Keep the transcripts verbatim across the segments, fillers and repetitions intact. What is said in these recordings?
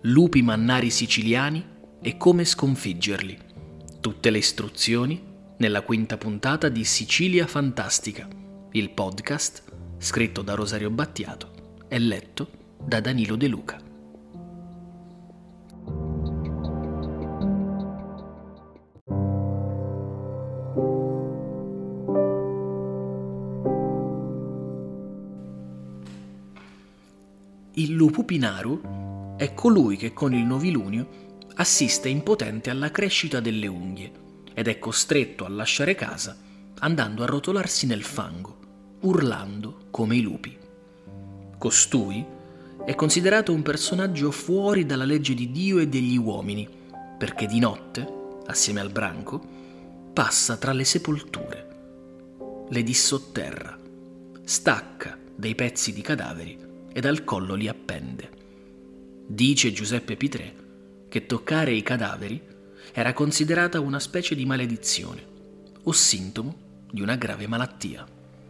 lupi mannari siciliani e come sconfiggerli. Tutte le istruzioni nella quinta puntata di Sicilia Fantastica, il podcast scritto da Rosario Battiato e letto da Danilo De Luca. Il lupo pinaru è colui che con il novilunio assiste impotente alla crescita delle unghie ed è costretto a lasciare casa andando a rotolarsi nel fango, urlando come i lupi. Costui è considerato un personaggio fuori dalla legge di Dio e degli uomini, perché di notte, assieme al branco, passa tra le sepolture, le dissotterra, stacca dei pezzi di cadaveri e dal collo li appende. Dice Giuseppe Pitrè che toccare i cadaveri era considerata una specie di maledizione o sintomo di una grave malattia.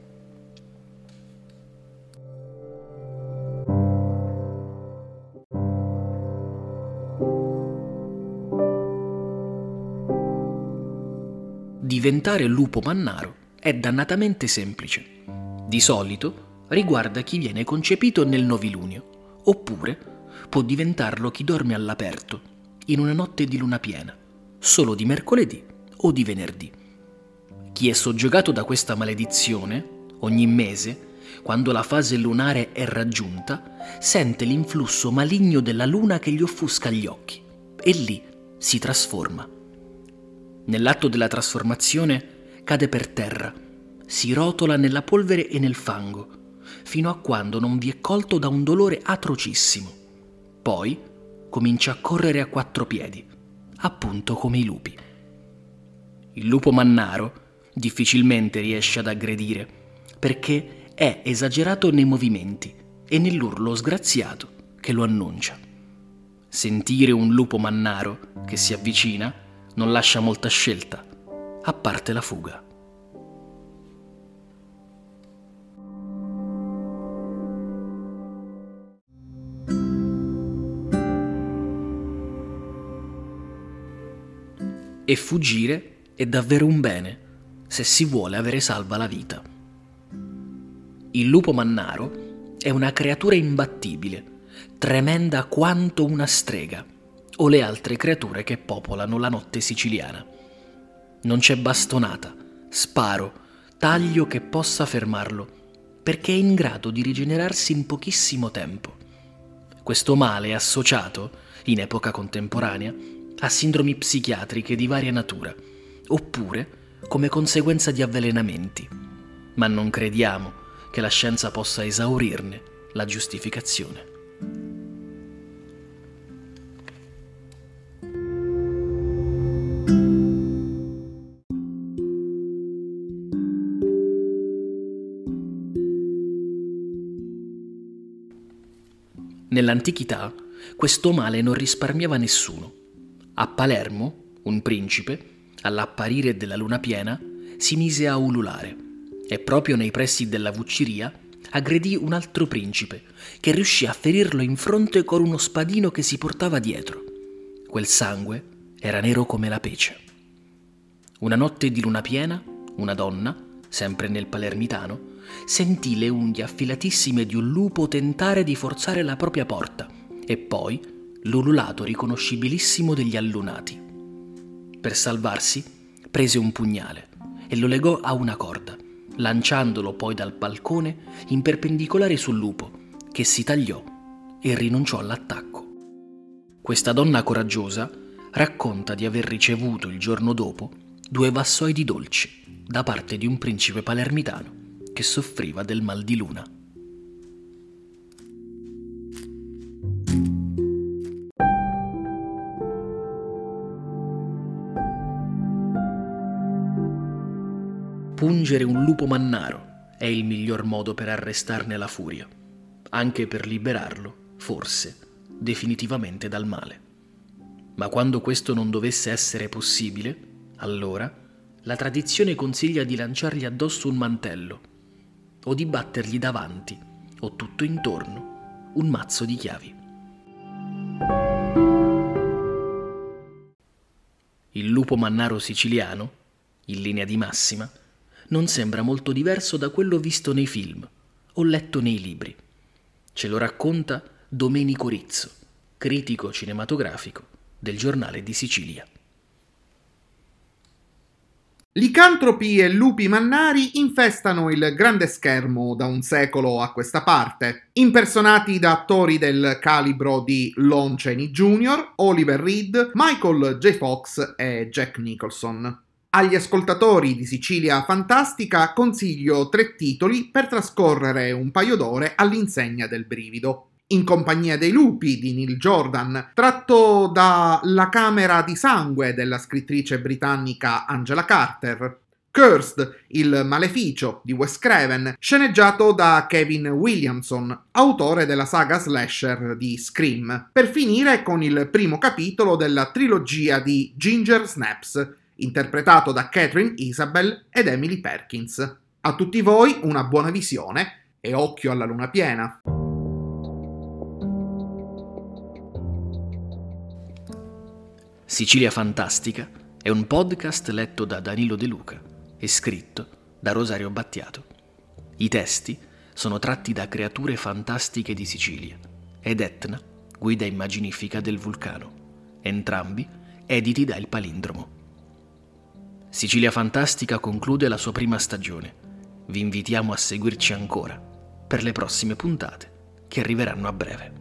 Diventare lupo mannaro è dannatamente semplice. Di solito riguarda chi viene concepito nel novilunio, oppure può diventarlo chi dorme all'aperto in una notte di luna piena, solo di mercoledì o di venerdì. Chi è soggiogato da questa maledizione, ogni mese, quando la fase lunare è raggiunta, sente l'influsso maligno della luna che gli offusca gli occhi e lì si trasforma. Nell'atto della trasformazione cade per terra, si rotola nella polvere e nel fango, fino a quando non vi è colto da un dolore atrocissimo. Poi comincia a correre a quattro piedi, appunto come i lupi. Il lupo mannaro difficilmente riesce ad aggredire, perché è esagerato nei movimenti e nell'urlo sgraziato che lo annuncia. Sentire un lupo mannaro che si avvicina non lascia molta scelta, a parte la fuga. E fuggire è davvero un bene se si vuole avere salva la vita. Il lupo mannaro è una creatura imbattibile, tremenda quanto una strega o le altre creature che popolano la notte siciliana. Non c'è bastonata, sparo, taglio che possa fermarlo, perché è in grado di rigenerarsi in pochissimo tempo. Questo male è associato, in epoca contemporanea, a sindromi psichiatriche di varia natura, oppure come conseguenza di avvelenamenti, ma non crediamo che la scienza possa esaurirne la giustificazione. Nell'antichità questo male non risparmiava nessuno. A Palermo, un principe, all'apparire della luna piena, si mise a ululare e proprio nei pressi della vucciria aggredì un altro principe che riuscì a ferirlo in fronte con uno spadino che si portava dietro. Quel sangue era nero come la pece. Una notte di luna piena, una donna, sempre nel palermitano, sentì le unghie affilatissime di un lupo tentare di forzare la propria porta e poi l'ululato riconoscibilissimo degli allunati. Per salvarsi, prese un pugnale e lo legò a una corda, lanciandolo poi dal balcone in perpendicolare sul lupo, che si tagliò e rinunciò all'attacco. Questa donna coraggiosa racconta di aver ricevuto il giorno dopo due vassoi di dolci da parte di un principe palermitano che soffriva del mal di luna. Pungere un lupo mannaro è il miglior modo per arrestarne la furia, anche per liberarlo, forse, definitivamente dal male. Ma quando questo non dovesse essere possibile, allora la tradizione consiglia di lanciargli addosso un mantello o di battergli davanti o tutto intorno un mazzo di chiavi. lupo mannaro siciliano, in linea di massima, non sembra molto diverso da quello visto nei film o letto nei libri. Ce lo racconta Domenico Rizzo, critico cinematografico del Giornale di Sicilia. Licantropi e lupi mannari infestano il grande schermo da un secolo a questa parte, impersonati da attori del calibro di Lon Chaney junior, Oliver Reed, Michael J. Fox e Jack Nicholson. Agli ascoltatori di Sicilia Fantastica consiglio tre titoli per trascorrere un paio d'ore all'insegna del brivido. In compagnia dei lupi di Neil Jordan, tratto da La camera di sangue della scrittrice britannica Angela Carter. Cursed, il maleficio di Wes Craven, sceneggiato da Kevin Williamson, autore della saga slasher di Scream. Per finire con il primo capitolo della trilogia di Ginger Snaps, interpretato da Catherine Isabel ed Emily Perkins. A tutti voi una buona visione e occhio alla luna piena. Sicilia Fantastica è un podcast letto da Danilo De Luca e scritto da Rosario Battiato. I testi sono tratti da Creature fantastiche di Sicilia ed Etna, guida immaginifica del vulcano, entrambi editi da Il Palindromo. Sicilia Fantastica conclude la sua prima stagione. Vi invitiamo a seguirci ancora per le prossime puntate che arriveranno a breve.